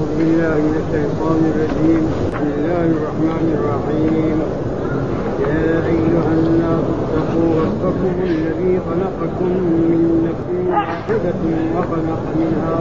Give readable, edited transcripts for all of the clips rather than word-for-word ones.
أعوذ بالله من الشيطان الرجيم. بسم الله الرحمن الرحيم. يا أيها الناس اتقوا ربكم الذي خلقكم من نفس واحدة وخلق منها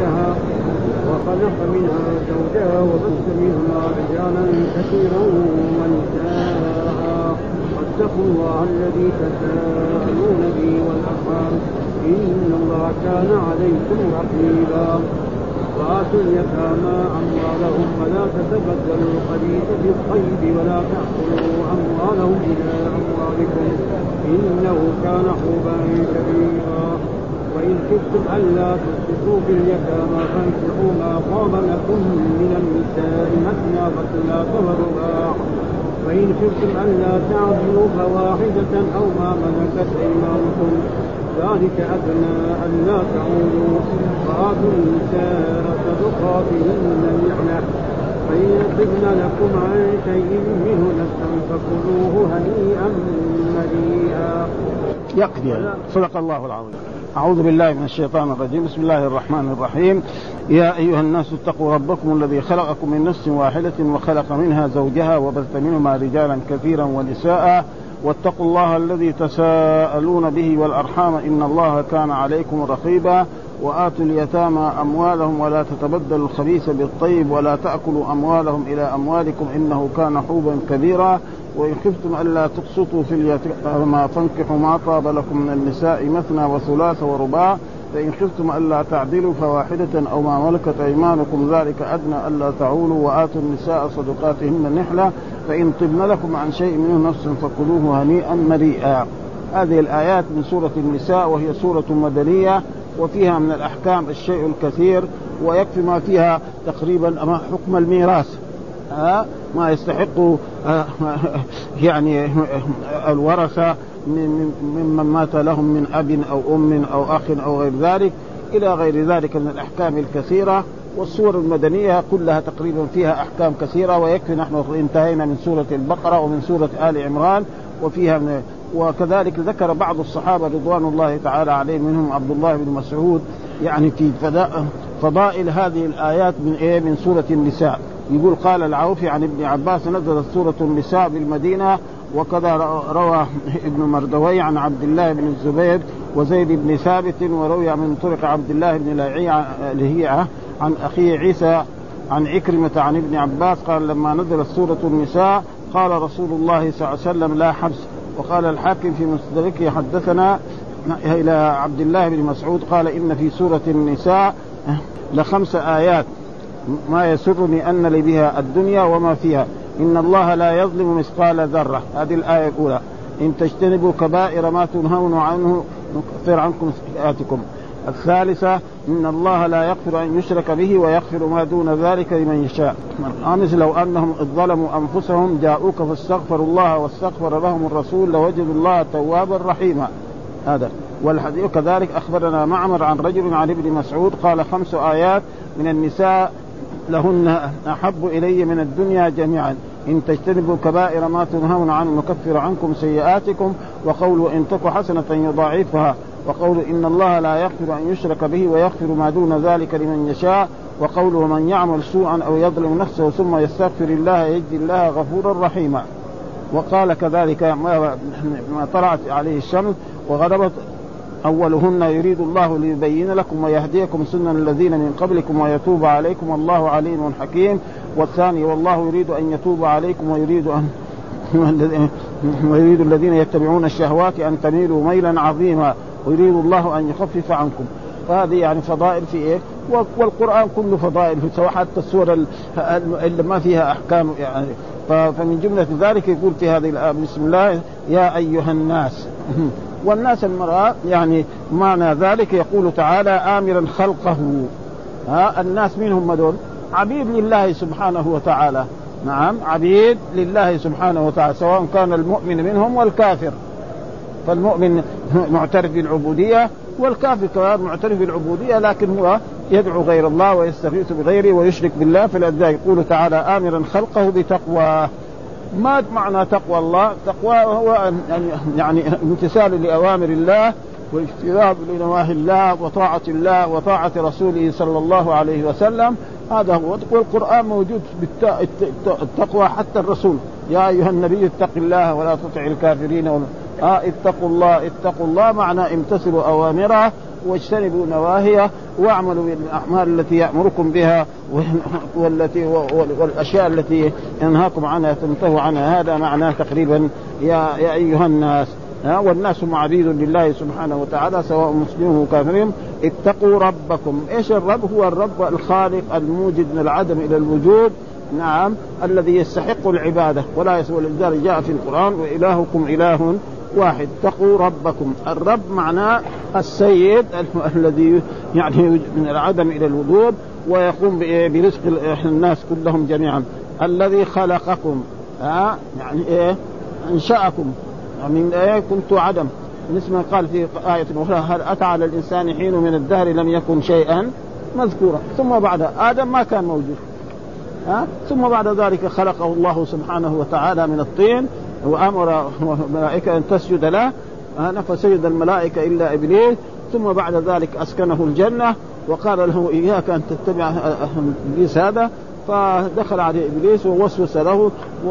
زوجها وبث منهما رجالا كثيرا ونساء واتقوا الله الذي تساءلون به والأرحام إن الله كان عليكم رقيبا. وآتوا اليتامى أموالهم ولا تتبدلوا الخبيث بالطيب ولا تأكلوا أموالهم إلى أموالكم إنه كان حوبا كبيرا. وإن خفتم ألا تقسطوا في اليتامى فانكحوا ما طاب لكم من النساء مثنى وثلاث ورباع. وإن خفتم ألا تعدلوا فواحدة أو ما ملكت أيمانكم ذلك أدنى ألا تعولوا. وآتوا النساء صدقاتهن نعمة فإن طبن لكم عن شيء منه نفسا فكلوه هنيئا مريئا. يقضي. صدق الله العظيم. أعوذ بالله من الشيطان الرجيم. بسم الله الرحمن الرحيم. يا أيها الناس اتقوا ربكم الذي خلقكم من نفس واحدة وخلق منها زوجها وبث منهما رجالا كثيرا ونساء واتقوا الله الذي تساءلون به والأرحام إن الله كان عليكم رقيبا. وآتوا اليتامى أموالهم ولا تتبدلوا الخبيث بالطيب ولا تأكلوا أموالهم إلى أموالكم إنه كان حوبا كبيرا. وإن خفتم ألا تقسطوا في اليتامى فانكحوا ما طاب لكم من النساء مثنى وثلاث ورباع. فإن خفتم ألا تعدلوا فواحدة أو ما ملكت أيمانكم ذلك أدنى ألا تعولوا. وآتوا النساء صدقاتهن نحلة فإن طبن لكم عن شيء منه نفس فكلوه هنيئا مريئا. هذه الآيات من سورة النساء وهي سورة مدنية وفيها من الأحكام الشيء الكثير ويكفي ما فيها تقريبا حكم الميراث ما يستحق يعني الورثة ممن مات لهم من أب أو أم أو أخ أو غير ذلك إلى غير ذلك من الأحكام الكثيرة. والسور المدنية كلها تقريبا فيها أحكام كثيرة ويكفي نحن انتهينا من سورة البقرة ومن سورة آل عمران وفيها وكذلك ذكر بعض الصحابة رضوان الله تعالى عليهم منهم عبد الله بن مسعود يعني في فضائل هذه الآيات من سورة النساء. يقول قال العوفي عن ابن عباس نزلت سورة النساء بالمدينة. وكذا روى ابن مردوي عن عبد الله بن الزبير وزيد بن ثابت وروي من طرق عبد الله بن لهيعة عن أخيه عيسى عن عكرمة عن ابن عباس قال لما نزلت سورة النساء قال رسول الله صلى الله عليه وسلم لا حبس. وقال الحاكم في مستدركه حدثنا إلى عبد الله بن مسعود قال إن في سورة النساء ل5 آيات ما يسرني أن لي بها الدنيا وما فيها إن الله لا يظلم مثقال ذرة. هذه الآية الأولى. إن تجتنبوا كبائر ما تنهون عنه نكفر عنكم سيئاتكم. الثالثة إن الله لا يغفر أن يشرك به ويغفر ما دون ذلك لمن يشاء. الخامس لو أنهم إذ ظلموا أنفسهم جاءوك فاستغفروا الله واستغفر لهم الرسول لوجدوا الله توابا رحيما. هذا. والحديث كذلك أخبرنا معمر عن رجل عن ابن مسعود قال 5 آيات من النساء لهن أحب إلي من الدنيا جميعا إن تجتنبوا كبائر ما تنهون عنه نكفر عنكم سيئاتكم. وقولوا إن تك حسنة يضاعفها. وقولوا إن الله لا يغفر أن يشرك به ويغفر ما دون ذلك لمن يشاء. وقولوا من يعمل سوءا أو يظلم نفسه ثم يستغفر الله يجزي الله غفورا رحيما. وقال كذلك ما طلعت عليه الشمس وغربت أولهن يريد الله ليبين لكم ويهديكم سنن الذين من قبلكم ويتوب عليكم والله عليم حكيم. والثاني والله يريد أن يتوب عليكم ويريد الذين يتبعون الشهوات أن تميلوا ميلا عظيما ويريد الله أن يخفف عنكم. فهذه يعني فضائل في إيه. والقرآن كله فضائل سواء حتى السورة اللي ما فيها أحكام يعني. فمن جملة ذلك يقول في هذه الآية بسم الله يا أيها الناس. والناس المرأة يعني معنى ذلك يقول تعالى آمرا خلقه. الناس منهم مدون عبيد لله سبحانه وتعالى. نعم عبيد لله سبحانه وتعالى سواء كان المؤمن منهم والكافر. فالمؤمن معترف بالعبودية والكافر كمان معترف بالعبودية لكن هو يدعو غير الله ويستغيث بغيره ويشرك بالله. فلذلك يقول تعالى آمرا خلقه بتقوى. ما معنى تقوى الله؟ تقوى هو يعني امتثال لأوامر الله واجتناب لنواهي الله وطاعة الله وطاعة رسوله صلى الله عليه وسلم. هذا هو. والقرآن موجود بالتقوى، حتى الرسول يا أيها النبي اتق الله ولا تطع الكافرين اتقوا الله معنى امتثلوا أوامره واجتنبوا نواهيه واعملوا بالأعمال التي يأمركم بها والأشياء التي ينهاكم عنها تنتهوا عنها. هذا معناه تقريبا يا أيها الناس، والناس معبيد لله سبحانه وتعالى سواء مسلمين وكافرين. اتقوا ربكم. ايش الرب؟ هو الرب الخالق الموجد من العدم الى الوجود، نعم، الذي يستحق العباده ولا يسوى. لذلك جاء في القرآن وإلهكم إله واحد. اتقوا ربكم. الرب معناه السيد الذي يعني من العدم الى الوجود ويقوم برزق الناس كلهم جميعا. الذي خلقكم، يعني ايه؟ انشأكم من ايه؟ كنت عدم. مثل ما قال في آية أخرى هل أتى على الإنسان حين من الدهر لم يكن شيئا مذكورا. ثم بعد آدم ما كان موجود، ثم بعد ذلك خلقه الله سبحانه وتعالى من الطين وأمر الملائكة أن تسجد له، فسجد الملائكة إلا إبليس. ثم بعد ذلك أسكنه الجنة وقال له إياك أن تتبع إبليس هذا، فدخل عليه إبليس ووسوس له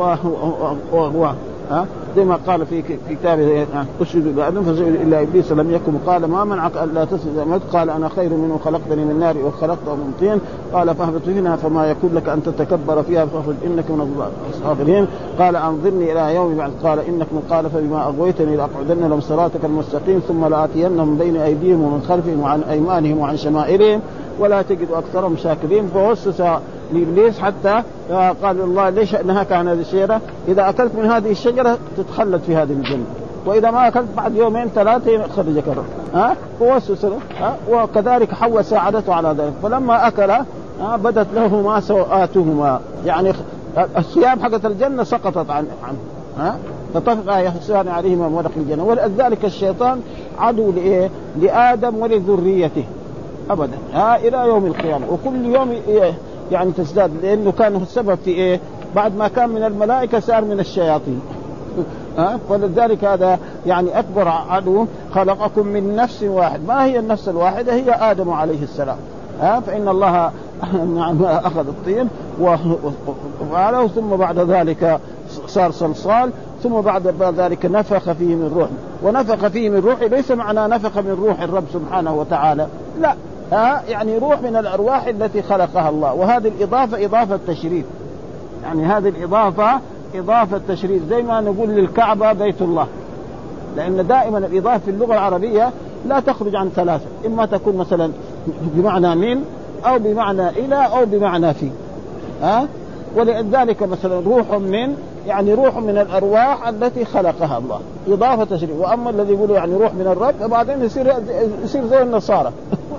زي ما قال في كتابه اسجد لآدم فسجد إلا إبليس لم يكن. قال ما منعك ألا تسجد؟ قال أنا خير منه خلقتني من نار وخلقته من طين. قال فاهبط منها فما يكون لك أن تتكبر فيها فاخرج إنك من الصاغرين. قال أنظرني إلى يوم بعد. قال إنك من. قال فبما أغويتني لأقعدن لهم صراطك المستقيم ثم لآتينهم من بين أيديهم ومن خلفهم وعن أيمانهم وعن شمائلهم ولا تجد أكثرهم شاكرين. فوسوس لإبليس حتى قال الله ليش نهاك عن هذه الشجرة؟ إذا أكلت من هذه الشجرة تتخلد في هذه الجنة، وإذا ما أكلت بعد يومين ثلاثة خرجك الرب. فوسوس له. وكذلك حواء ساعدته على ذلك. فلما أكل بدت لهما سوآتهما، يعني الثياب حقت الجنة سقطت عنه، فطفقا يخصان عليهما من ورق الجنة. ولذلك الشيطان عدو لآدم ولذريته أبدا إلى يوم القيامة. وكل يوم يعني تزداد، لأنه كان السبب في بعد ما كان من الملائكة صار من الشياطين. فلذلك هذا يعني أكبر عدو. خلقكم من نفس واحد. ما هي النفس الواحدة؟ هي آدم عليه السلام. فإن الله أخذ الطين وفعله، ثم بعد ذلك صار صلصال، ثم بعد ذلك نفخ فيه من روح. ونفخ فيه من روح ليس معنى نفخ من روح الرب سبحانه وتعالى، لا، يعني روح من الأرواح التي خلقها الله. وهذه الإضافة إضافة تشريف، يعني هذه الإضافة إضافة تشريف، زي ما نقول للكعبة بيت الله، لأن دائما الإضافة في اللغة العربية لا تخرج عن ثلاثة، إما تكون مثلا بمعنى من، أو بمعنى إلى، أو بمعنى في. ولذلك مثلا روح من، يعني روح من الأرواح التي خلقها الله، إضافة تشريف. وأما الذي يقولوا يعني روح من الرب، بعدين يصير زي النصارى.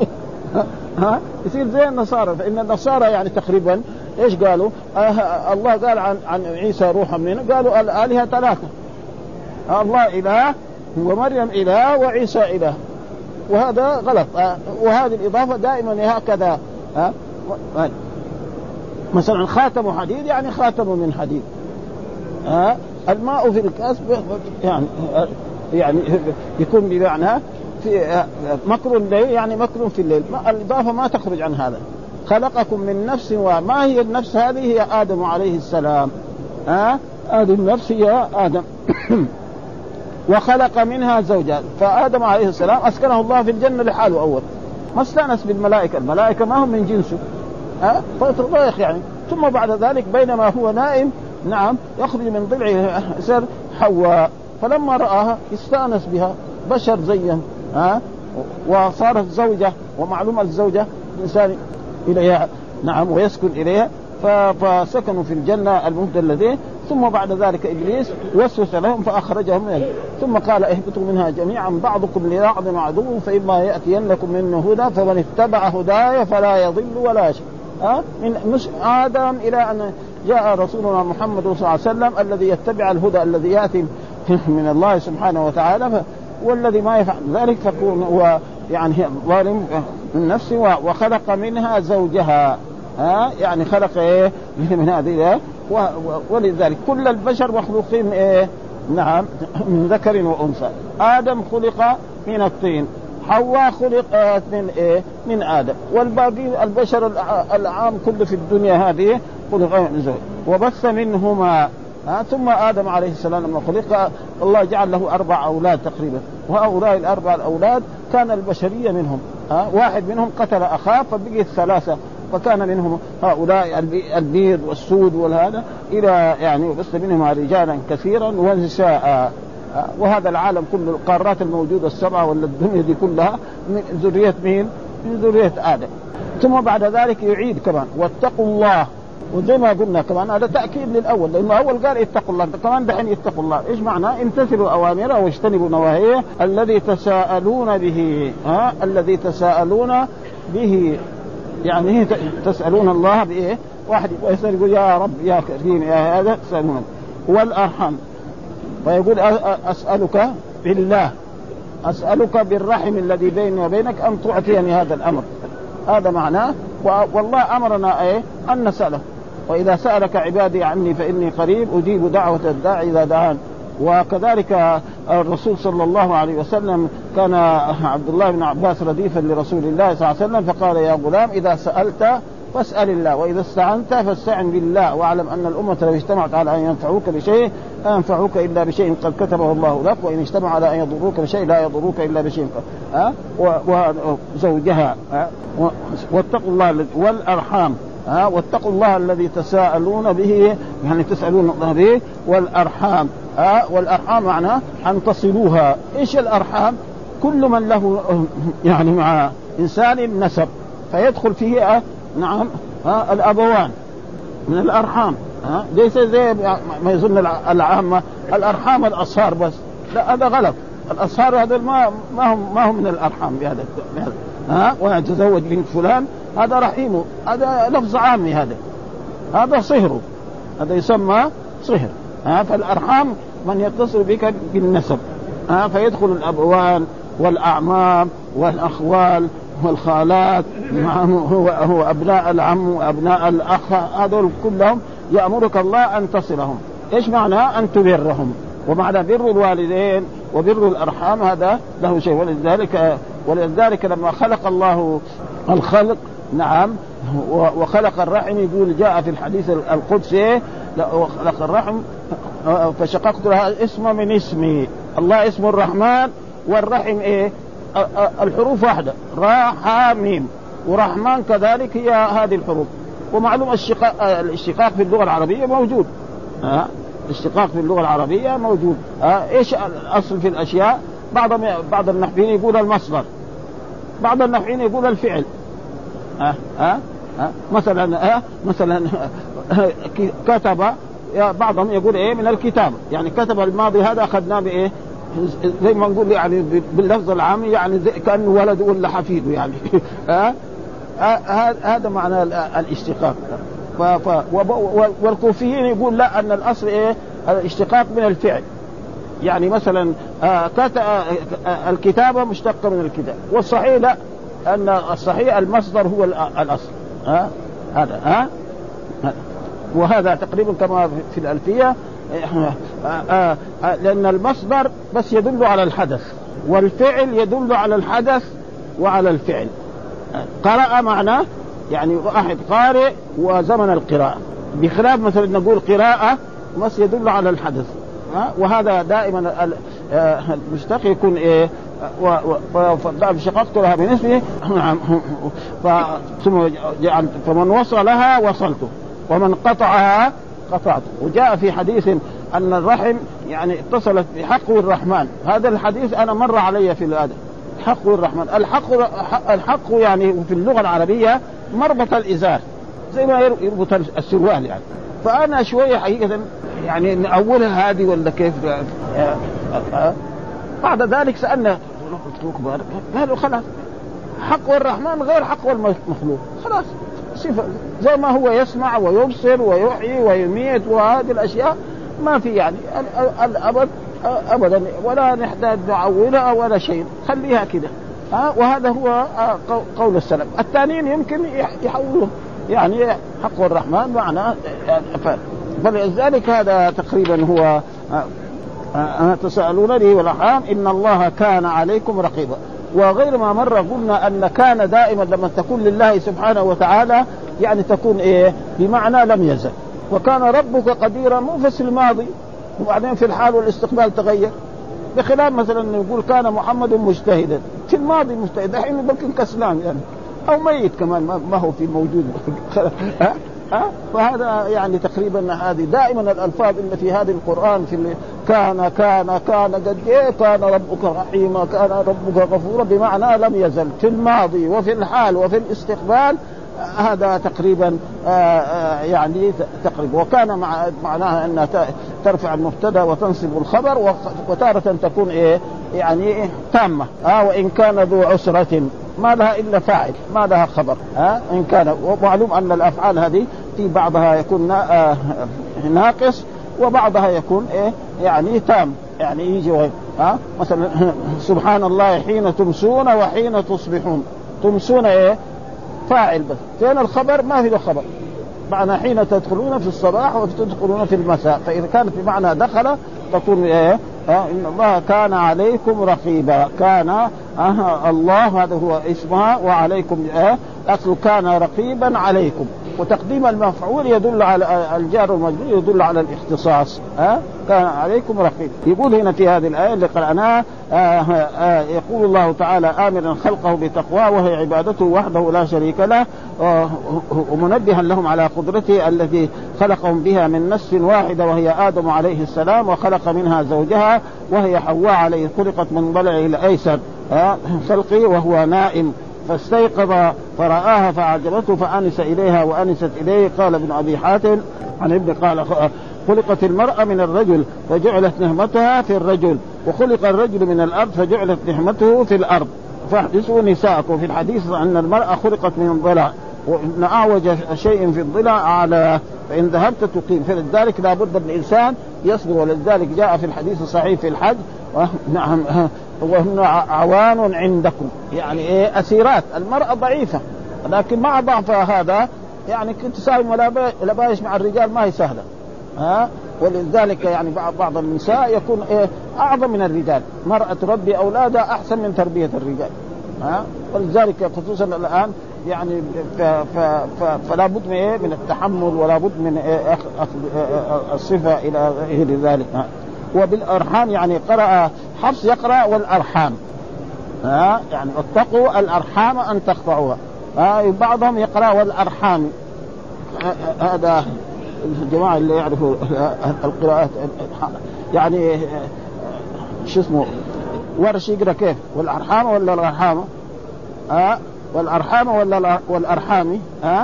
يصير زي النصارى. فإن النصارى يعني تقريبا إيش قالوا؟ الله قال عن عيسى روحا منه، قالوا الآلهة ثلاثة، الله إله ومريم إله وعيسى إله، وهذا غلط. وهذه الإضافة دائما هكذا. مثلا خاتم حديد، يعني خاتم من حديد. الماء في الكاس يعني يكون بمعنى في مكر الليل، يعني مكر في الليل. الإضافة ما تخرج عن هذا. خلقكم من نفس وما هي النفس هذه؟ هي آدم عليه السلام. هذه النفس هي آدم. وخلق منها زوجها. فآدم عليه السلام أسكنه الله في الجنة لحاله أول، ما استأنس بالملائكة، الملائكة ما هم من جنسه، فيتضايق يعني. ثم بعد ذلك بينما هو نائم، نعم، يخرج من ضلعه سر حواء، فلما رآها استأنس بها، بشر زيهم، وصارت زوجة. ومعلومة الزوجة إنسان إليها، نعم، ويسكن إليها، فسكنوا في الجنة المهدى الذي. ثم بعد ذلك إبليس وسوس لهم فأخرجهم منها، ثم قال اهبطوا منها جميعا بعضكم لبعض عدو فإما يأتينكم منه هدى فمن اتبع هداي فلا يضل ولا يشقى. من آدم إلى أن جاء رسولنا محمد صلى الله عليه وسلم الذي يتبع الهدى الذي يأتي من الله سبحانه وتعالى، والذي ما يفعل ذلك فكون هو يعني ظالم من نفسه. وخلق منها زوجها، يعني خلق من هذه. ولذلك كل البشر مخلوقين نعم من ذكر وأنثى. آدم خلق من الطين، حواء خلقت من إيه؟ من آدم، والباقي البشر العام كله في الدنيا هذه خلق من زوج وبث منهما. ثم آدم عليه السلام لما خلق الله جعل له 4 أولاد تقريبا، وهؤلاء ال4 الأولاد كان البشرية منهم واحد منهم قتل أخاه فبقي 3، فكان منهم هؤلاء البيض والسود والهذا إلى يعني وبث منهما رجالا كثيرا ونساء. وهذا العالم كله القارات الموجودة 7 ولا الدنيا دي كلها من ذرية مين؟ من ذرية آدم. ثم بعد ذلك يعيد كمان واتقوا الله، وزي ما قلنا كمان هذا تأكيد للأول، لأنه أول قال اتقوا الله، كمان دحين اتقوا الله. إيش معنى؟ امتثلوا أوامره واجتنبوا نواهيه الذي تساءلون به. الذي تساءلون به يعني تسألون الله بإيه؟ واحد يسأل يقول يا رب يا كريم يا هذا تسألون. والأرحم فيقول أسألك بالله، أسألك بالرحم الذي بيني وبينك أن تعطيني هذا الأمر. هذا معناه. والله أمرنا إيه؟ أن نسأله، وإذا سألك عبادي عني فإني قريب أجيب دعوة الداعي إذا دعان. وكذلك الرسول صلى الله عليه وسلم كان عبد الله بن عباس رديفا لرسول الله صلى الله عليه وسلم فقال يا غلام إذا سألت فاسأل الله وإذا استعنت فاستعن بالله، واعلم أن الأمة لو اجتمعت على أن ينفعوك بشيء لا ينفعوك إلا بشيء قد كتبه الله لك، وإن اجتمعوا على أن يضروك بشيء لا يضروك إلا بشيء وزوجها. واتقوا الله والأرحام. واتقوا الله الذي تساءلون به يعني تسألون الله به. والأرحام والأرحام معناه أن تصلوها. إيش الأرحام؟ كل من له يعني مع إنسان نسب فيدخل فيه نعم الأبوان من الأرحام. ليس زي ما يظن العامة الأرحام الأصهار بس، لا هذا غلط. الأصهار هذا ما هم من الأرحام بهذا. ويتزوج بنت فلان هذا رحيمه، هذا لفظ عامي، هذا صهره، هذا يسمى صهر. فالأرحام من يتصل بك بالنسب فيدخل الأبوان والأعمام والأخوال والخالات هو أبناء العم وأبناء الأخ، هذول كلهم يأمرك الله أن تصلهم. إيش معنى؟ أن تبرهم. ومعنى بر الوالدين وبر الأرحام هذا له شيء. ولذلك لما خلق الله الخلق نعم وخلق الرحم يقول جاء في الحديث القدسي خلق الرحم فشققت لها اسم من اسمي. الله اسمه الرحمن والرحم إيه؟ الحروف واحدة راء حاء ميم، ورحمن كذلك هي هذه الحروف. ومعلوم الاشتقاق في اللغة العربية موجود. الاشتقاق في اللغة العربية موجود. ايش الأصل في الأشياء؟ بعض النحويين يقول المصدر، بعض النحويين يقول الفعل. مثلا كتب بعضهم يقول ايه من الكتاب، يعني كتب الماضي هذا أخذناه بايه زي ما نقول يعني باللفظ العام يعني كأنه ولد ولا حفيده يعني. هذا معنى الاشتقاق. والكوفيين يقول لا أن الأصل إيه الاشتقاق من الفعل، يعني مثلا الكتابة مشتقة من الكتاب، والصحيح لا، أن الصحيح المصدر هو الأصل. هذا وهذا تقريبا كما في الألفية، لأن المصدر بس يدل على الحدث، والفعل يدل على الحدث وعلى الفعل. قرأ معناه يعني واحد قارئ وزمن القراءة، بخلاف مثلا نقول قراءة بس يدل على الحدث. وهذا دائما المشتق يكون ايه فشققت لها بنسبه ثم فمن وصلها وصلته ومن قطعها قطعته. وجاء في حديث أن الرحم يعني اتصلت بحق الرحمن. هذا الحديث أنا مر علي في الأدب. حق الرحمن، الحق يعني في اللغة العربية مربط الإزار زي ما يربط السروال يعني. فأنا شوية حقيقة يعني من أولها هذه ولا كيف. بعد ذلك سألنا قالوا خلاص حق الرحمن غير حق المخلوق، خلاص صفة زي ما هو يسمع ويبصر ويحيي ويميت وهذه الأشياء ما في يعني الأبد أبدا، ولا نحتاج نعولها ولا شيء، خليها كده. وهذا هو قول السلف. الثانيين يمكن يحولون يعني حق الرحمن معناه فلذلك هذا تقريبا هو تسألون لي والأرحام إن الله كان عليكم رقيبا. وغير ما مر قلنا أن كان دائما لما تكون لله سبحانه وتعالى يعني تكون إيه بمعنى لم يزل. وكان ربك قديرا مو في الماضي وبعدين في الحال والاستقبال تغير، بخلاف مثلا يقول كان محمد مجتهدا في الماضي مجتهد، الحين يمكن كسلان يعني أو ميت كمان ما هو في موجود فهذا يعني تقريبا هذه دائما الألفاظ اللي في هذه القرآن في كان قد إيه كان ربك رحيما كان ربك غفورا بمعنى لم يزل في الماضي وفي الحال وفي الاستقبال. هذا تقريبا يعني تقريبا. وكان معناها أنها ترفع المبتدا وتنصب الخبر، وتارة تكون إيه يعني تامة. وإن كان ذو عسرة ما لها إلا فاعل ما لها خبر. إن كان، ومعلوم أن الأفعال هذه في بعضها يكون ناقص وبعضها يكون إيه يعني تام، يعني يجي مثلا سبحان الله حين تمسون وحين تصبحون. تمسون إيه فاعل بس، فين الخبر؟ ما في له خبر. معنى حين تدخلون في الصباح وتدخلون في المساء، فإذا كانت بمعنى دخل تكون إيه إن الله كان عليكم رقيبا. كان الله هذا هو اسمها، وعليكم أصل كان رقيبا عليكم. وتقديم المفعول يدل على الجار والمجرور يدل على الاختصاص. كان عليكم رقيب. يقول هنا في هذه الآية اللي قرأناها يقول الله تعالى آمرا خلقه بتقواه وهي عبادته وحده لا شريك له، ومنبها لهم على قدرته التي خلقهم بها من نفس واحدة وهي آدم عليه السلام، وخلق منها زوجها وهي حواء عليه خلقت من ضلعه الأيسر خلقه وهو نائم فاستيقظ فرآها فعجبته فأنس إليها وأنست إليه. قال ابن أبي حاتم عن ابن قال خلقت المرأة من الرجل فجعلت نهمتها في الرجل، وخلق الرجل من الأرض فجعلت نهمته في الأرض. فاحدثوا نساءكم في الحديث أن المرأة خلقت من الضلع، وإن أعوج شيء في الضلع أعلى، فإن ذهبت تقيم. فلذلك لا بد الإنسان يصبر. ولذلك جاء في الحديث الصحيح في الحج نعم وهن عوان عندكم، يعني إيه أسيرات. المرأة ضعيفة لكن مع ضعفها هذا يعني كنت تساوي ملابايش مع الرجال ما هي سهلة. ولذلك يعني بعض النساء يكون إيه أعظم من الرجال. مرأة تربي أولادها أحسن من تربية الرجال. ولذلك خصوصا الآن يعني فلا بد من إيه من التحمل ولا بد من إيه أخذ الصفة إلى غير ذلك. وبالأرحام يعني قرأ حفص يقرأ والأرحام يعني اتقوا الأرحام أن تقطعوها. بعضهم يقرأ والأرحام. هذا الجماعة اللي يعرفوا القراءات يعني شو اسمه ورش يقرأ كيف والأرحام ولا الأرحام والأرحام ولا والأرحام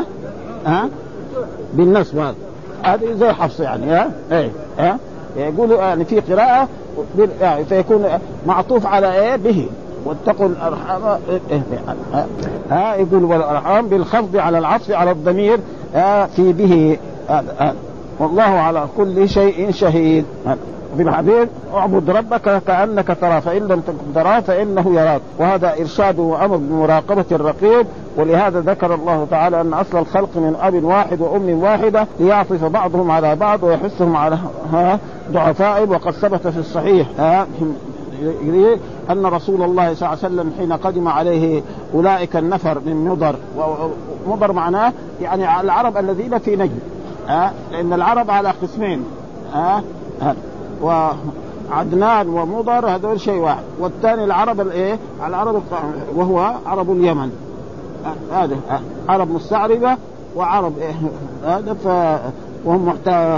بالنسبة هذه زي حفص يعني يقولوا يعني في قراءة يعني فيكون معطوف على إيه به واتقوا الأرحام يقول والأرحام بالخفض على العطف على الضمير في به والله على كل شيء شهيد. بالحديث اعبد ربك كأنك تراه فإن لم تكن تراه فإنه يراك. وهذا إرشاد وأمر بمراقبة الرقيب. ولهذا ذكر الله تعالى أن أصل الخلق من أب واحد وأم واحدة ليعطف بعضهم على بعض ويحثهم على ضعفائهم. وقد ثبت في الصحيح أن رسول الله صلى الله عليه وسلم حين قدم عليه أولئك النفر من مضر، ومضر معناه يعني العرب الذين في نجد لأن العرب على قسمين وعدنان ومضر هذول شيء واحد، والثاني العرب الايه العرب وهو عرب اليمن. هذا عرب مستعربة وعرب هذا وهم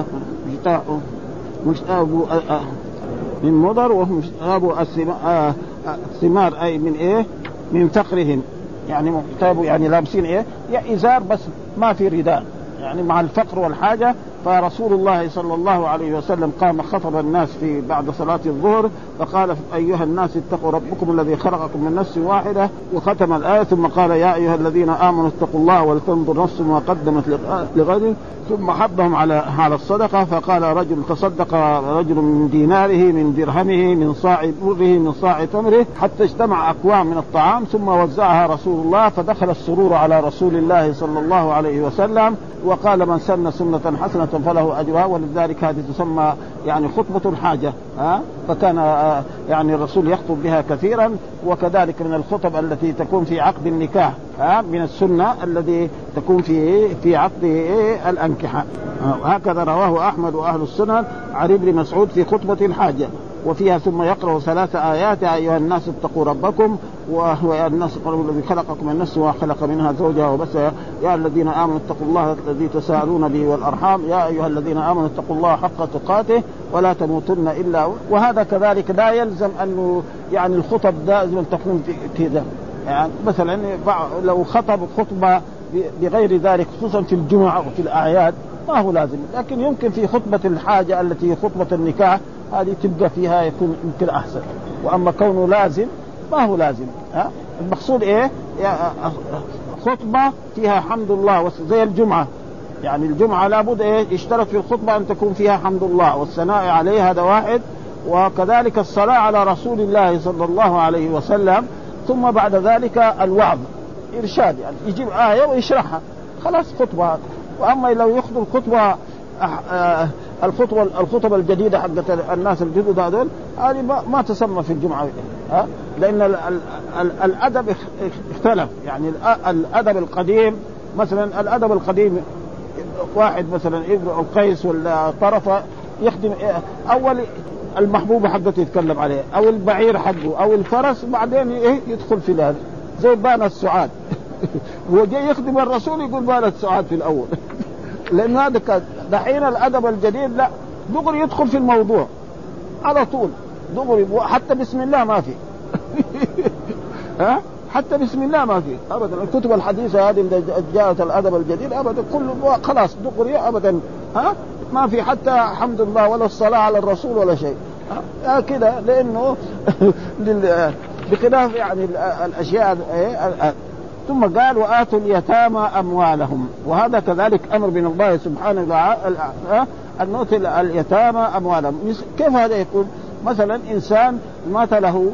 مشتابوا من مضر وهم مشتابوا الثمار أي من ايه من فقرهم يعني مشتابوا يعني لابسين ايه يعني إزار بس ما في رداء يعني مع الفقر والحاجة. فرسول الله صلى الله عليه وسلم قام خطب الناس في بعد صلاة الظهر فقال أيها الناس اتقوا ربكم الذي خلقكم من نفس واحدة وختم الآية ثم قال يا أيها الذين آمنوا اتقوا الله ولتنظر نفس ما قدمت لغد ثم حضهم على الصدقة. فقال رجل تصدق رجل من ديناره من درهمه من صاع بره من صاع تمره حتى اجتمع أكوام من الطعام ثم وزعها رسول الله فدخل السرور على رسول الله صلى الله عليه وسلم وقال من سن سنة حسنة فله أجرها. ولذلك هذه تسمى يعني خطبة الحاجة. فكان يعني الرسول يخطب بها كثيرا. وكذلك من الخطب التي تكون في عقد النكاح من السنة الذي تكون في عقد الأنكحة. هكذا رواه أحمد وأهل السنن عن ابن مسعود في خطبة الحاجة، وفيها ثم يقرأ 3 آيات: أيها الناس اتقوا ربكم، ويا الناس قالوا الذي خلقكم من نفس وخلق منها زوجها وبث يا الذين آمنوا اتقوا الله الذي تساءلون به والأرحام يا أيها الذين آمنوا اتقوا الله حق تقاته ولا تموتن إلا. وهذا كذلك لا يلزم أنه يعني الخطب لازم تكون كذا. يعني مثلا لو خطب خطبة بغير ذلك خصوصا في الجمعة وفي الأعياد ما هو لازم، لكن يمكن في خطبة الحاجة التي هي خطبة النكاح هذه تبقى فيها يكون يمكن أحسن. وأما كونه لازم ما هو لازم. المقصود إيه؟ خطبة فيها حمد الله زي الجمعة. يعني الجمعة لابد إيه يشترط في الخطبة أن تكون فيها حمد الله والثناء عليه، هذا واحد. وكذلك الصلاة على رسول الله صلى الله عليه وسلم. ثم بعد ذلك الوعظ إرشاد، يعني يجيب آية ويشرحها خلاص خطبة. وأما لو يخطب الخطبة الخطبة الجديدة حقت الناس الجدد هذول هذه ما تسمى في الجمعة. لأن الأدب اختلف. يعني الأدب القديم مثلا الأدب القديم واحد مثلا ابن القيس ولا طرفة يخدم أول المحبوبة حقته يتكلم عليه أو البعير حقه أو الفرس، بعدين يدخل في هذا زي بان السعاد هو جاي يخدم الرسول يقول بان السعاد في الأول لأن هذا كان. دحين الأدب الجديد لا، دغري يدخل في الموضوع على طول دغري، حتى بسم الله ما في حتى بسم الله ما في أبدا. الكتب الحديثة هذه اللي جاءت الأدب الجديد أبدا كله خلاص دغري أبدا ما في حتى حمد الله ولا الصلاة على الرسول ولا شيء كده. لأنه بخلاف يعني الأشياء. ثم قال وآتوا اليتامى أموالهم، وهذا كذلك أمر من الله سبحانه وتعالى أن نؤتي اليتامى أموالهم. كيف هذا يكون؟ مثلا إنسان مات له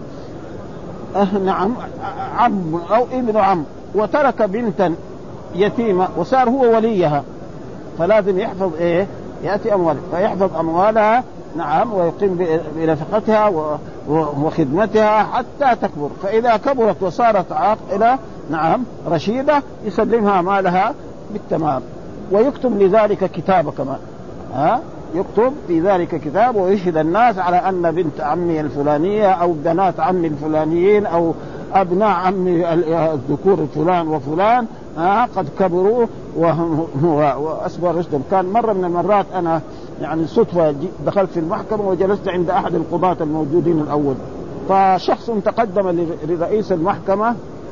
نعم عم أو ابن عم وترك بنتا يتيمة وصار هو وليها، فلازم يحفظ يأتي أموالها فيحفظ أموالها نعم ويقيم بنفقتها وخدمتها حتى تكبر. فإذا كبرت وصارت عاقلة نعم رشيدة يسلمها مالها بالتمام، ويكتب لذلك كتابة كمان يكتب في ذلك كتاب ويشهد الناس على أن بنت عمي الفلانية أو بنات عمي الفلانيين أو أبناء عمي الذكور فلان وفلان قد كبروا وأسبوا رشدهم. كان مرة من المرات أنا يعني صدفة دخلت في المحكمة وجلست عند أحد القضاة الموجودين الأول، فشخص تقدم لرئيس المحكمة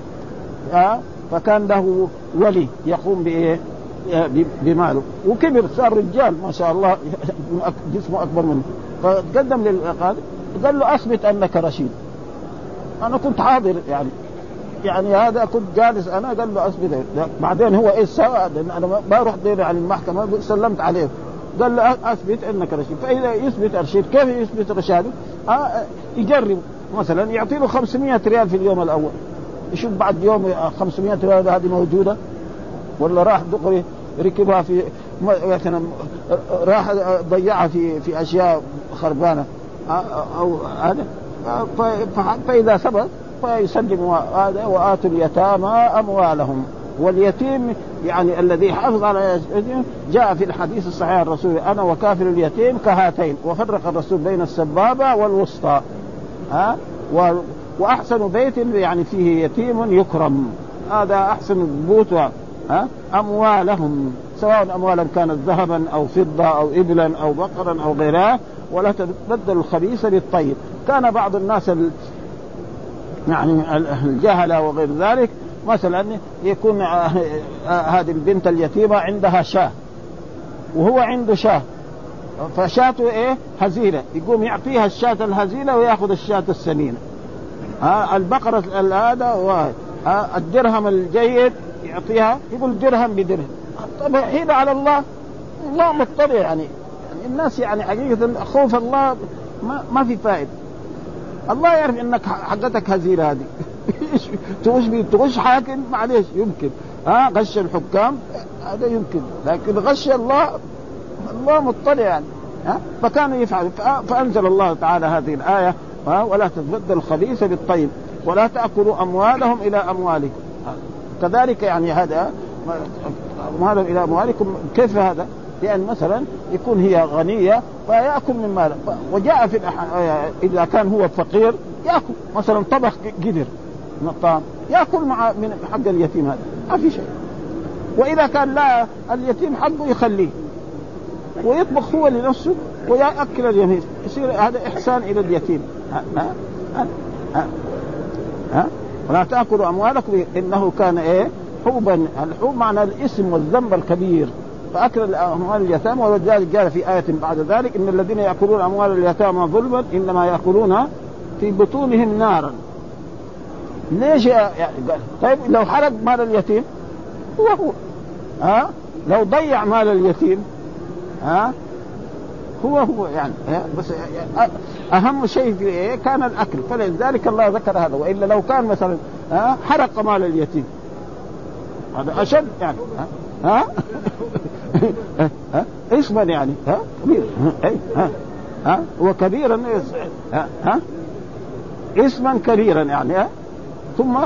فكان له ولي يقوم بماله وكبر صار رجال ما شاء الله جسمه أكبر منه، فتقدم للقاضي قال له أثبت أنك رشيد. أنا كنت حاضر يعني هذا كنت جالس أنا قال له أثبت. بعدين هو سوى أنا ما رحت دير عن المحكمة سلمت عليه قال له أثبت أنك رشيد. فإذا يثبت رشيد كيف يثبت رشاده؟ يجرب مثلا يعطيله 500 ريال في اليوم الأول، يشوف بعد يوم 500 ريال هذه موجودة ولا راح دغري ركبها في مثلا راح ضيعها في أشياء خربانة أو هذا. فإذا ثبت فيسلم هذا وآتوا اليتامى أموالهم. واليتيم يعني الذي حافظ على اليتيم جاء في الحديث الصحيح الرسول أنا وكافر اليتيم كهاتين، وفرق الرسول بين السبابة والوسطى. وأحسن بيت يعني فيه يتيم يكرم، هذا أحسن بيوت. أموالهم سواء أموالا كانت ذهبا أو فضة أو إبلا أو بقرا أو غيرها، ولا تبدل الخبيث بالطيب. كان بعض الناس يعني الجهلة وغير ذلك مثلا يكون هذه البنت اليتيمة عندها شاه وهو عنده شاه، فشاته هزيلة، يقوم يعطيها الشاة الهزيلة ويأخذ الشاة السمينة. البقرة هذا الدرهم الجيد يعطيها يقول درهم بدرهم. طب حين على الله مطلع يعني الناس يعني حقيقة خوف الله ما في فائدة. الله يعرف انك حقتك هزيلة هذه تغش حاكم معليش يمكن غش الحكام هذا يمكن، لكن غش الله الله مطلع يعني. فكان يفعل. فأنزل الله تعالى هذه الآية ولا تتبدلوا الخبيث بالطيب ولا تأكلوا أموالهم إلى أموالكم. كذلك يعني هذا أموالهم إلى أموالكم. كيف هذا؟ لأن مثلا يكون هي غنية فيأكل من ماله. وجاء في إذا كان هو فقير يأكل مثلا طبخ قدر من الطعام يأكل من حق اليتيم، هذا ما في شيء. وإذا كان لا اليتيم حقه يخليه ويطبخ هو لنفسه ويأكل اليتيم، يصير هذا إحسان إلى اليتيم. ولا تأكلوا أموالكم إنه كان حوبا. الحوب معنى الاسم والذنب الكبير. فأكل أموال اليتامى. ولذلك قال في آية بعد ذلك إن الذين يأكلون أموال اليتامى ظلما إنما يأكلون في بطونهم نارا. ليش يعني؟ طيب لو حرق مال اليتيم هو لو ضيع مال اليتيم هو يعني بس أهم شيء في كان الأكل. فلذلك الله ذكر هذا. وإلا لو كان مثلا حرق مال اليتيم هذا أشد يعني اسما يعني كبير وكبيرا اسما كبيرا يعني ثم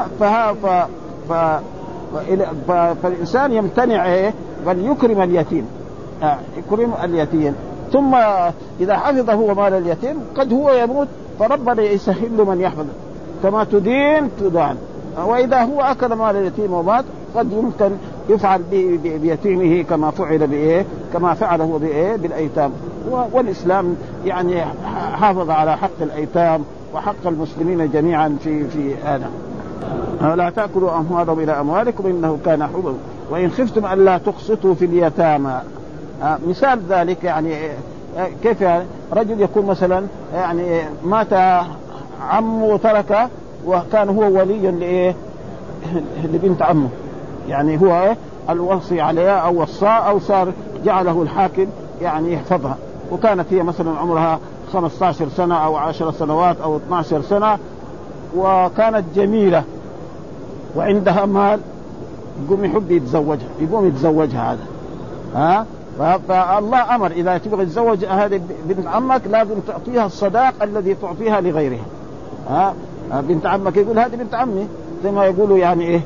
فالإنسان يمتنع بل يكرم اليتيم. يكرم اليتيم. ثم إذا حفظ هو مال اليتيم قد هو يموت فربنا يسهل له من يحفظ كما تدين تدان. وإذا هو أكل مال اليتيم ومات قد يمكن يفعل بيتيمه كما فعل كما فعله بالأيتام. والإسلام يعني حافظ على حق الأيتام وحق المسلمين جميعا في هذا. لا تأكلوا أموالهم إلى أموالكم إنه كان حوبا وإن خفتم ألا تقسطوا في اليتامى. مثال ذلك يعني كيف يعني رجل يكون مثلا يعني مات عمه وترك وكان هو ولي لبنت عمه، يعني هو الوصي عليها أو وصاء أو صار جعله الحاكم يعني يحفظها. وكانت هي مثلا عمرها 15 سنة أو 10 سنوات أو 12 سنة وكانت جميلة وعندها مال يقوم يحب يتزوجها هذا فالله أمر إذا تبغى تتزوج هذه بنت عمك لازم تعطيها الصداق الذي تعطيها لغيرها. بنت عمك يقول هذه بنت عمي زي ما يقولوا يعني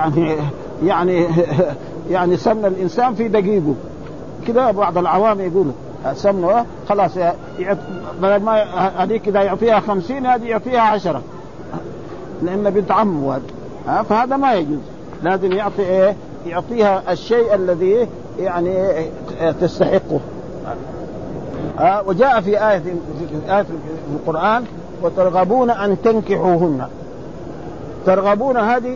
يعني سمن الإنسان في دقيقه كده. بعض العوام يقولوا سمنه خلاص بدل ما هذيك إذا يعطيها 50 هذه يعطيها 10 لأن بنت عمه. فهذا ما يجوز. لازم يعطيها الشيء الذي يعني تستحقه. وجاء في آية في القرآن وترغبون أن تنكحوهن. ترغبون هذه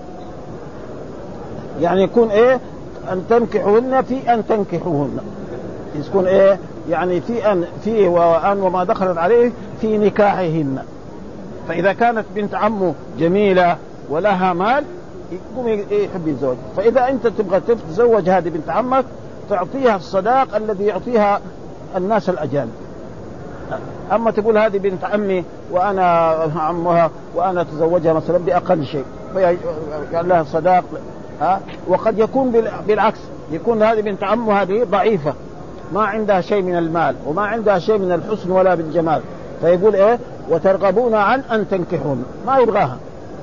يعني يكون أن تنكحوهن في أن تنكحوهن يكون يعني في وأن وما دخلت عليه في نكاحهن. فإذا كانت بنت عمه جميلة ولها مال يقوم يحب يتزوج. فإذا أنت تبغى تتزوج هذه بنت عمك تعطيها الصداق الذي يعطيها الناس الأجانب. أما تقول هذه بنت عمي وأنا عمها وأنا أتزوجها مثلا بأقل شيء قال لها صداق. وقد يكون بالعكس يكون هذه بنت عمه هذه ضعيفة ما عندها شيء من المال وما عندها شيء من الحسن ولا بالجمال فيقول وترغبون عن أن تنكحون ما يبغاها.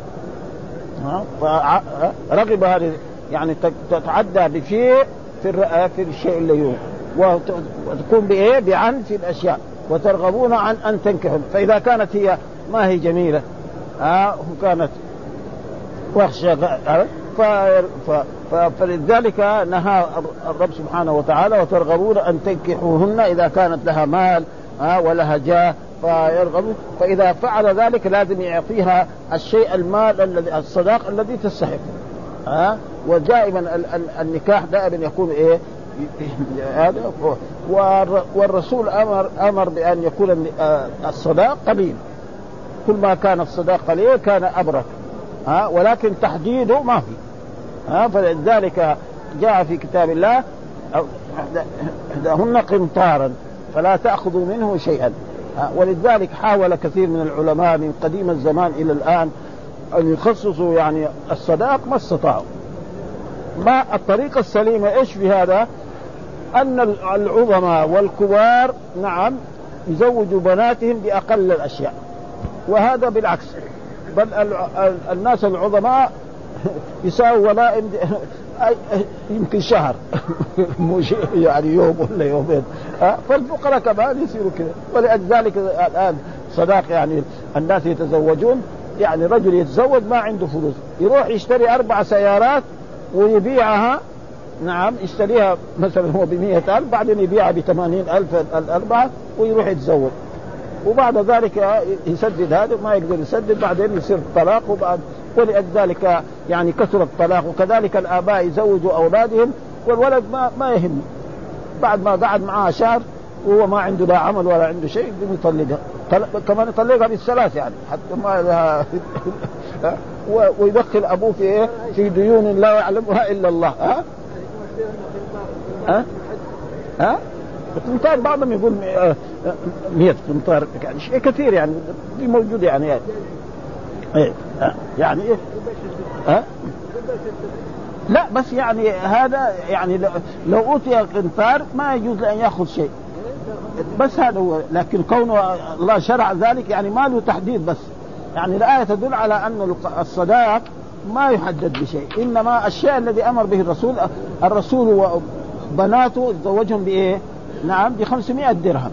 فرغب هذه يعني تتعدى بشيء في الشيء اللي يوم وتكون بعن في الأشياء. وترغبون عن أن تنكحون. فإذا كانت هي ما هي جميلة وكانت وخشة فلذلك نهى الرب سبحانه وتعالى وترغبون أن تنكحوهن إذا كانت لها مال ولها جاه فيرغب. فإذا فعل ذلك لازم يعطيها الشيء المال الذي الصداق الذي تستحق. ودائما النكاح دائما يكون هذا. والرسول أمر بأن يكون الصداق قليل. كل ما كان الصداق قليل كان أبرك. ولكن تحديده ما في. فلذلك جاء في كتاب الله إحداهن قنطارا فلا تأخذوا منه شيئا. ولذلك حاول كثير من العلماء من قديم الزمان إلى الآن أن يخصصوا يعني الصداق ما استطاعوا. ما الطريقة السليمة إيش في هذا؟ أن العظماء والكبار نعم يزوجوا بناتهم بأقل الأشياء، وهذا بالعكس، بل الناس العظماء يساووا ولائم يمكن شهر مش يعني يوم ولا يومين، فالفقراء كمان يصيروا كذا. ولذلك الآن صداق يعني الناس يتزوجون، يعني رجل يتزوج ما عنده فلوس يروح يشتري 4 سيارات ويبيعها، نعم يشتريها مثلا هو ب100,000 بعدين يبيعها ب80,000 الأربعة ويروح يتزوج، وبعد ذلك يسدد هذا ما يقدر يسدد، بعدين يصير طلاق. وبعد ولذلك يعني كثر الطلاق. وكذلك الآباء يزوجوا أولادهم والولد ما يهم، بعد ما قعد معها شهر وهو ما عنده لا عمل ولا عنده شيء يطلقها، كمان يطلقها بالثلاث يعني حتى ما لها ويدخل أبوه في ديون لا يعلمها إلا الله. قنطار بعضهم يقول 100 قنطار، يعني شيء كثير يعني دي موجود يعني يعني لا بس يعني هذا يعني لو أوتي قنطار ما يجوز لأن يأخذ شيء، بس هذا هو. لكن كونه الله شرع ذلك يعني ما له تحديد، بس يعني الآية تدل على أن الصداق ما يحدد بشيء، إنما الشيء الذي أمر به الرسول وبناته يتزوجهم بإيه؟ نعم ب500 درهم،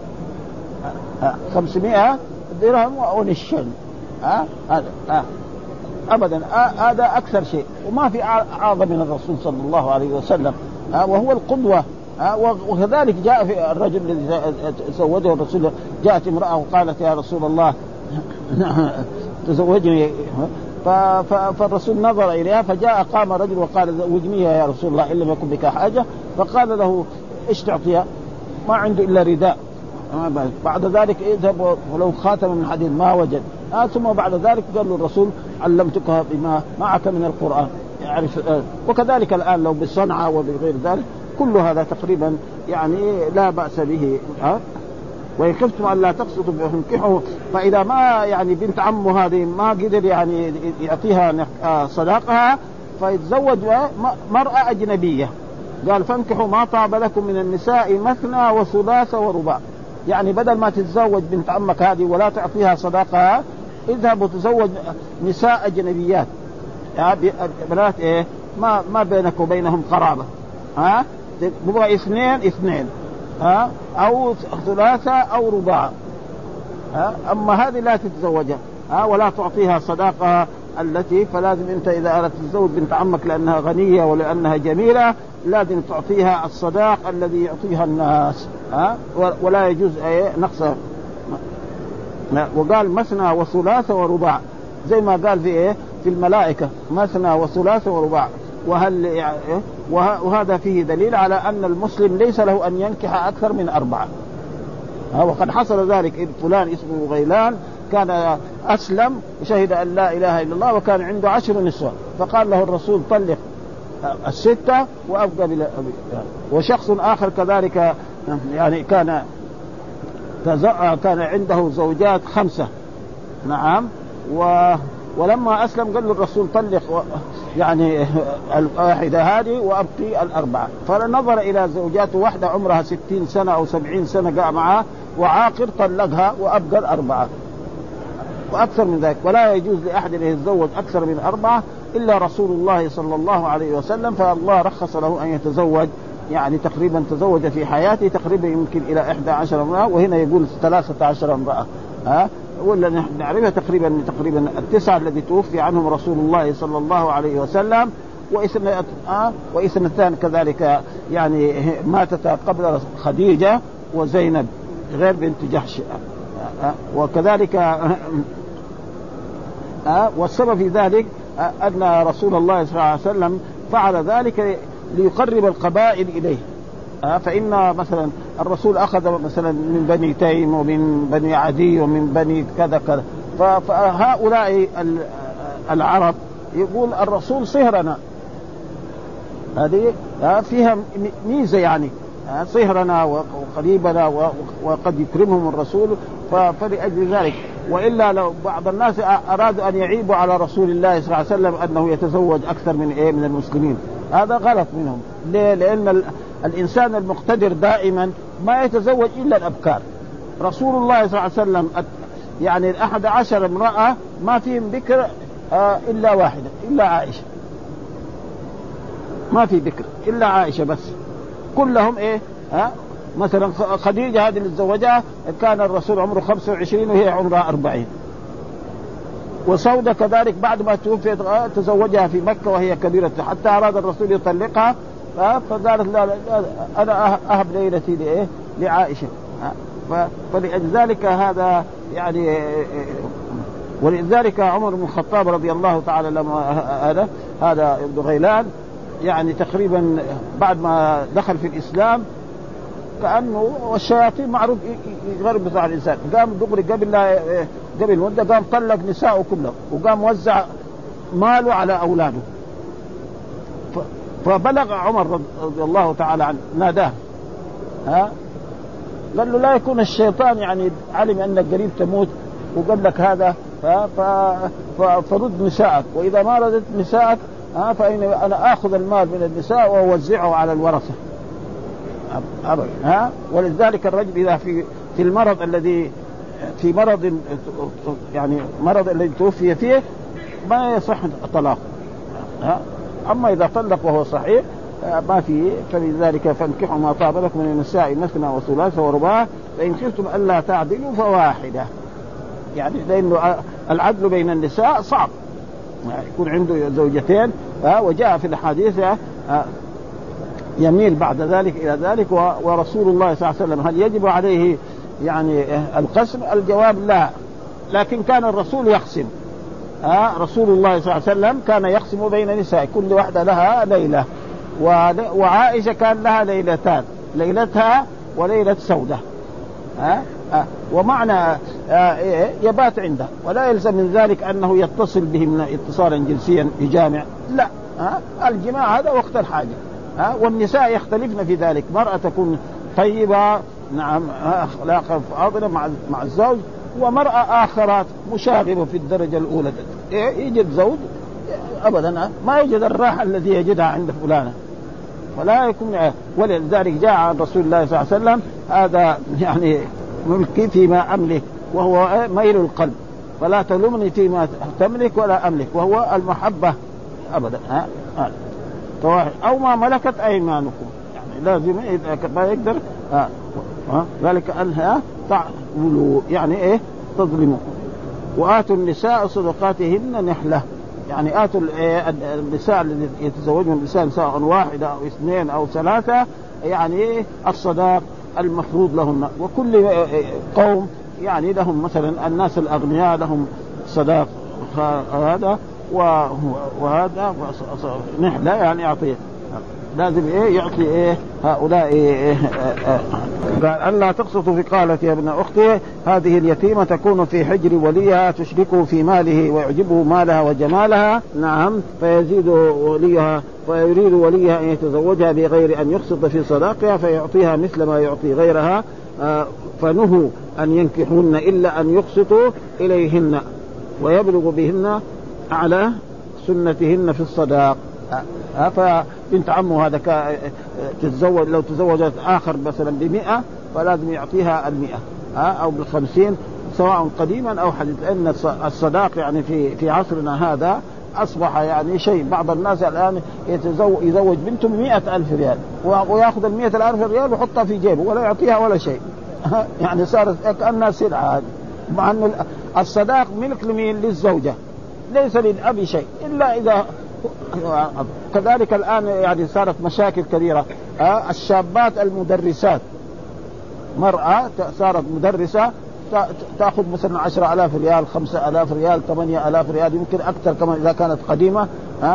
500 درهم ونشن، هذا أبدا هذا أكثر شيء، وما في أعظم من الرسول صلى الله عليه وسلم، وهو القدوة. وكذلك جاء في الرجل الذي تزوجه الرسول، جاءت امرأة وقالت يا رسول الله تزوجني، فالرسول نظر إليها، فجاء قام رجل وقال زوجنيها يا رسول الله إن لم يكن بك حاجة، فقال له إيش تعطيها؟ ما عنده إلا رداء. بعد ذلك اذهب ولو خاتم من حديد ما وجد. ثم بعد ذلك قال له الرسول علمتك بما معك من القرآن يعرف. وكذلك الآن لو بالصنعة وبغير ذلك كل هذا تقريبا يعني لا بأس به. وإن خفتم أن لا تقسطوا فانكحوا، فإذا ما يعني بنت عمه هذه ما قدر يعني يعطيها صداقها فيتزوج مرأة أجنبية، قال فانكحوا ما طاب لكم من النساء مثنى وثلاث ورباع، يعني بدل ما تتزوج بنت عمك هذه ولا تعطيها صداقها اذهب وتزوج نساء أجنبيات، بنات إيه ما بينك وبينهم قرابة، بقى 2 أو 3 أو رباع، أما هذه لا تتزوجها ولا تعطيها صداقها التي. فلازم أنت إذا أردت تتزوج بنت عمك لأنها غنية ولأنها جميلة لازم تعطيها الصداق الذي يعطيها الناس، ولا يجوز نقصها. وقال مثنى وثلاث ورباع زي ما قال في الملائكة مثنى وثلاث ورباع. وهذا فيه دليل على أن المسلم ليس له أن ينكح أكثر من 4. وقد حصل ذلك فلان اسمه غيلان كان أسلم وشهد أن لا إله إلا الله وكان عنده 10 نسوة، فقال له الرسول طلق 6 وأبقى وشخص آخر كذلك يعني كان عنده زوجات 5 نعم، ولما أسلم قال له الرسول طلق يعني 1 هذه وأبقي 4. فنظر إلى زوجاته واحدة عمرها 60 سنة أو 70 سنة قاع معها وعاقر طلقها وأبقى 4 وأكثر من ذلك. ولا يجوز لأحد أن يتزوج أكثر من 4 إلا رسول الله صلى الله عليه وسلم، فالله رخص له أن يتزوج، يعني تقريبا تزوج في حياته تقريبا يمكن إلى 11 امرأة، وهنا يقول 13 امرأة ولا نحن نعرفها تقريبا 9 الذي توفي عنهم رسول الله صلى الله عليه وسلم، وإثنتان كذلك يعني ماتتا قبل خديجة وزينب غير بنت جحش. وكذلك والسبب في ذلك أن رسول الله صلى الله عليه وسلم فعل ذلك ليقرب القبائل إليه. فإن مثلا الرسول أخذ مثلا من بني تيم ومن بني عدي ومن بني كذا كذا، فهؤلاء العرب يقول الرسول صهرنا، هذه فيها ميزة يعني صهرنا وقريبنا وقد يكرمهم الرسول، فلأجل ذلك. وإلا لو بعض الناس أرادوا أن يعيبوا على رسول الله صلى الله عليه وسلم أنه يتزوج أكثر من من المسلمين، هذا غلط منهم. ليه؟ لأن الإنسان المقتدر دائما ما يتزوج إلا الأبكار. رسول الله صلى الله عليه وسلم يعني 11 امرأة ما فيهم بكر إلا واحدة، إلا عائشة، ما في بكر إلا عائشة بس، كلهم إيه مثلا خديجة هذه اللي تزوجها كان الرسول عمره 25 وهي عمرها 40. وسودة كذلك بعد ما توفيت تزوجها في مكة وهي كبيرة، حتى أراد الرسول يطلقها فقالت لا أنا أهب ليلتي لإيه لعائشة. فلذلك هذا يعني ولذلك عمر بن الخطاب رضي الله تعالى لما هذا ابن غيلان يعني تقريبا بعد ما دخل في الإسلام كأنه والشياطين معروف يغرب بتاع الإنسان، قام دغري قبل مدة قام طلق نساءه كله وقام وزع ماله على أولاده. فبلغ عمر رضي الله تعالى عنه ناداه قال له لا يكون الشيطان يعني علم أنك قريب تموت وقال لك هذا فرد نساءك، وإذا ما ردت نساءك فإن أنا آخذ المال من النساء وأوزعه على الورثة أبدا. ولذلك الرجل إذا في المرض الذي في مرض يعني مرض الذي توفي فيه ما يصح طلاقه، أما إذا طلق وهو صحيح ما فيه. فلذلك فانكحوا ما طاب لكم من النساء مثنى وثلاث ورباع فإن خفتم ألا تعدلوا فواحدة. يعني لأنه العدل بين النساء صعب، يكون عنده زوجتين وجاء في الحديث يميل بعد ذلك إلى ذلك. ورسول الله صلى الله عليه وسلم هل يجب عليه يعني القسم؟ الجواب لا، لكن كان الرسول يقسم. رسول الله صلى الله عليه وسلم كان يقسم بين نساء كل واحدة لها ليلة، وعائشة كان لها ليلتان، ليلتها وليلة سودة. ومعنى يبات عنده ولا يلزم من ذلك أنه يتصل بهم اتصالا جنسيا يجامع، لا. الجماع هذا وقت الحاجة. والنساء يختلفن في ذلك، مرأة تكون طيبة نعم أخلاقها فاضلة مع الزوج، ومرأة آخرات مشاغبة في الدرجة الأولى يجد زوج أبدا ما يجد الراحة الذي يجدها عند فلانة، ولا يكون. ولذلك جاء عن رسول الله صلى الله عليه وسلم هذا يعني ملكي فيما أملك وهو ميل القلب، فلا تلومني فيما تملك ولا أملك، وهو المحبة أبدا. أو ما ملكت أيمانكم، يعني لازم إذا ما يقدر ذلك أنها تعملوا يعني إيه تظلموا. وآتوا النساء صدقاتهن نحلة، يعني آتوا النساء الذي يتزوجون النساء سواء واحدة أو اثنين أو ثلاثة يعني الصداق المفروض لهم. وكل قوم يعني لهم مثلا الناس الأغنياء لهم صداق هذا وهذا نحلة يعني يعطيه لازم يعطي هؤلاء قال ألا تقسطوا في قالت يا ابن أختي هذه اليتيمة تكون في حجر وليها تشركه في ماله ويعجبه مالها وجمالها نعم فيزيد وليها فيريد وليها أن يتزوجها بغير أن يقسط في صداقها فيعطيها مثل ما يعطي غيرها فنهوا أن ينكحون إلا أن يقسطوا إليهن ويبلغ بهن على سنتهن في الصداق. فبنت عمه هذا تتزوج لو تزوجت آخر مثلا ب100 فلازم يعطيها 100 أو ب50 سواء قديما أو حديث، لأن الصداق يعني في عصرنا هذا أصبح يعني شيء. بعض الناس الآن يزوج بنته ب100,000 ريال ويأخذ 100,000 ريال ويحطها في جيبه ولا يعطيها ولا شيء يعني صارت كأنها سلعة. مع أن الصداق ملك لمين؟ للزوجة، ليس للأب شيء إلا إذا. كذلك الآن يعني صارت مشاكل كبيرة. الشابات المدرسات، مرأة صارت مدرسة تأخذ مثلا 10,000 ريال 5,000 ريال 8,000 ريال يمكن أكثر كمان إذا كانت قديمة.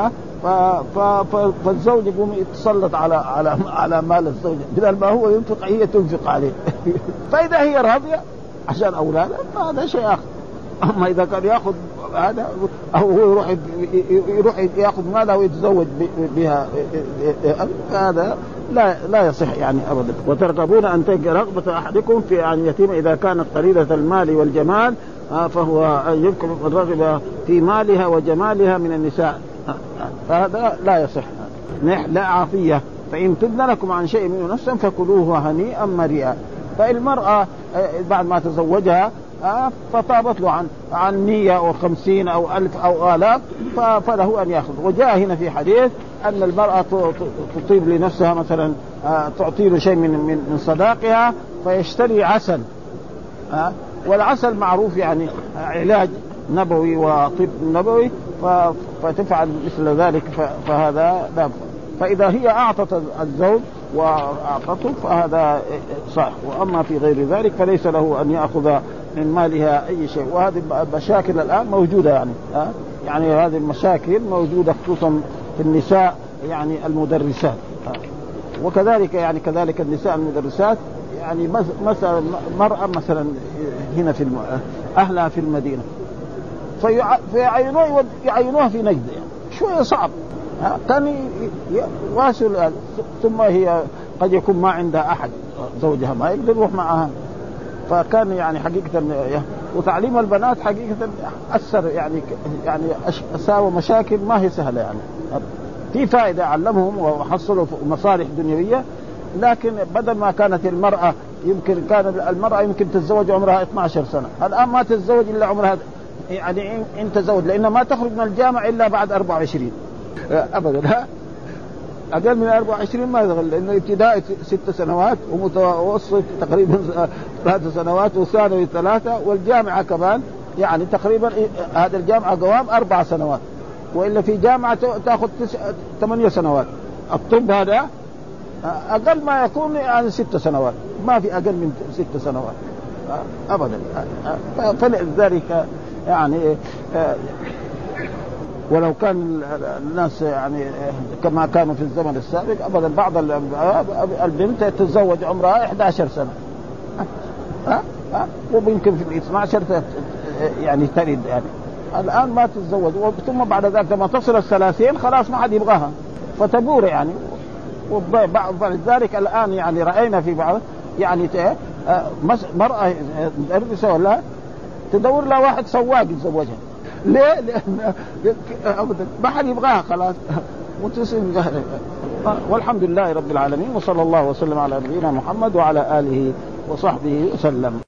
فالزوج يقوم يتسلط على مال الزوجة بدل ما هو ينفق هي تنفق عليه فإذا هي راضية عشان أولادها فهذا شيء آخر. أما إذا كان يأخذ هذا أو هو يروح يأخذ مالها ويتزوج بها هذا لا يصح يعني أبدا. وترغبون أن تنكحوا رغبة أحدكم في أن يتيم إذا كانت قليلة المال والجمال فهو يمكن الرغبة في مالها وجمالها من النساء فهذا لا يصح. نحلة عافية فإن تبن لكم عن شيء منه نفسا فكلوه هنيئا مريئا. فالمرأة بعد ما تزوجها فطابت له عن 100 أو 50 أو 1000 أو آلاف فله أن يأخذ. وجاء هنا في حديث أن المرأة تطيب لنفسها مثلا تعطي له شيء من صداقها فيشتري عسل، والعسل معروف يعني علاج نبوي وطب نبوي، فتفعل مثل ذلك فهذا لا. فإذا هي أعطت الزوج وأعطته فهذا صح، وأما في غير ذلك فليس له أن يأخذ من مالها أي شيء. وهذه المشاكل الآن موجودة يعني هذه المشاكل موجودة خصوصا في النساء يعني المدرسات، وكذلك يعني كذلك النساء المدرسات يعني مثلا مرأة مثلا هنا في أهلها في المدينة فيعينوها في نجد يعني شوية صعب، كان يواصل، ثم هي قد يكون ما عندها أحد زوجها ما يقدر يروح معها، فكان يعني حقيقة وتعليم البنات حقيقة أثر يعني أساوى مشاكل ما هي سهلة يعني. في فائدة علمهم وحصلوا مصالح دنيوية، لكن بدل ما كانت المرأة يمكن تتزوج عمرها 12 سنة، الآن ما تتزوج إلا عمرها يعني إن تزوج، لأنها ما تخرج من الجامعة إلا بعد 24 أبدا، أقل من 24 ما يدخل، لأنه ابتدائي 6 سنوات ومتوسط تقريبا 3 سنوات وثانوي 3، والجامعة كمان يعني تقريبا هذا الجامعة قوام 4 سنوات، وإلا في جامعة تأخذ 8 سنوات. الطب هذا أقل ما يكون يعني 6 سنوات، ما في أقل من 6 سنوات أبدا. فلذلك يعني ولو كان الناس يعني كما كانوا في الزمن السابق أبدا، بعض البنت تتزوج عمرها 11 سنة وممكن في 12 يعني تلد يعني. الآن ما تتزوج، ثم بعد ذلك لما تصل 30 خلاص ما حد يبغاها فتبور يعني. ولذلك الآن يعني رأينا في بعض يعني مرأة مدرسة ولا تدور لها واحد سواق يتزوجها. ليه؟ لأن أبدا ما حد يبغاها خلاص متسم. والحمد لله رب العالمين، وصلى الله وسلم على نبينا محمد وعلى آله وصحبه وسلم.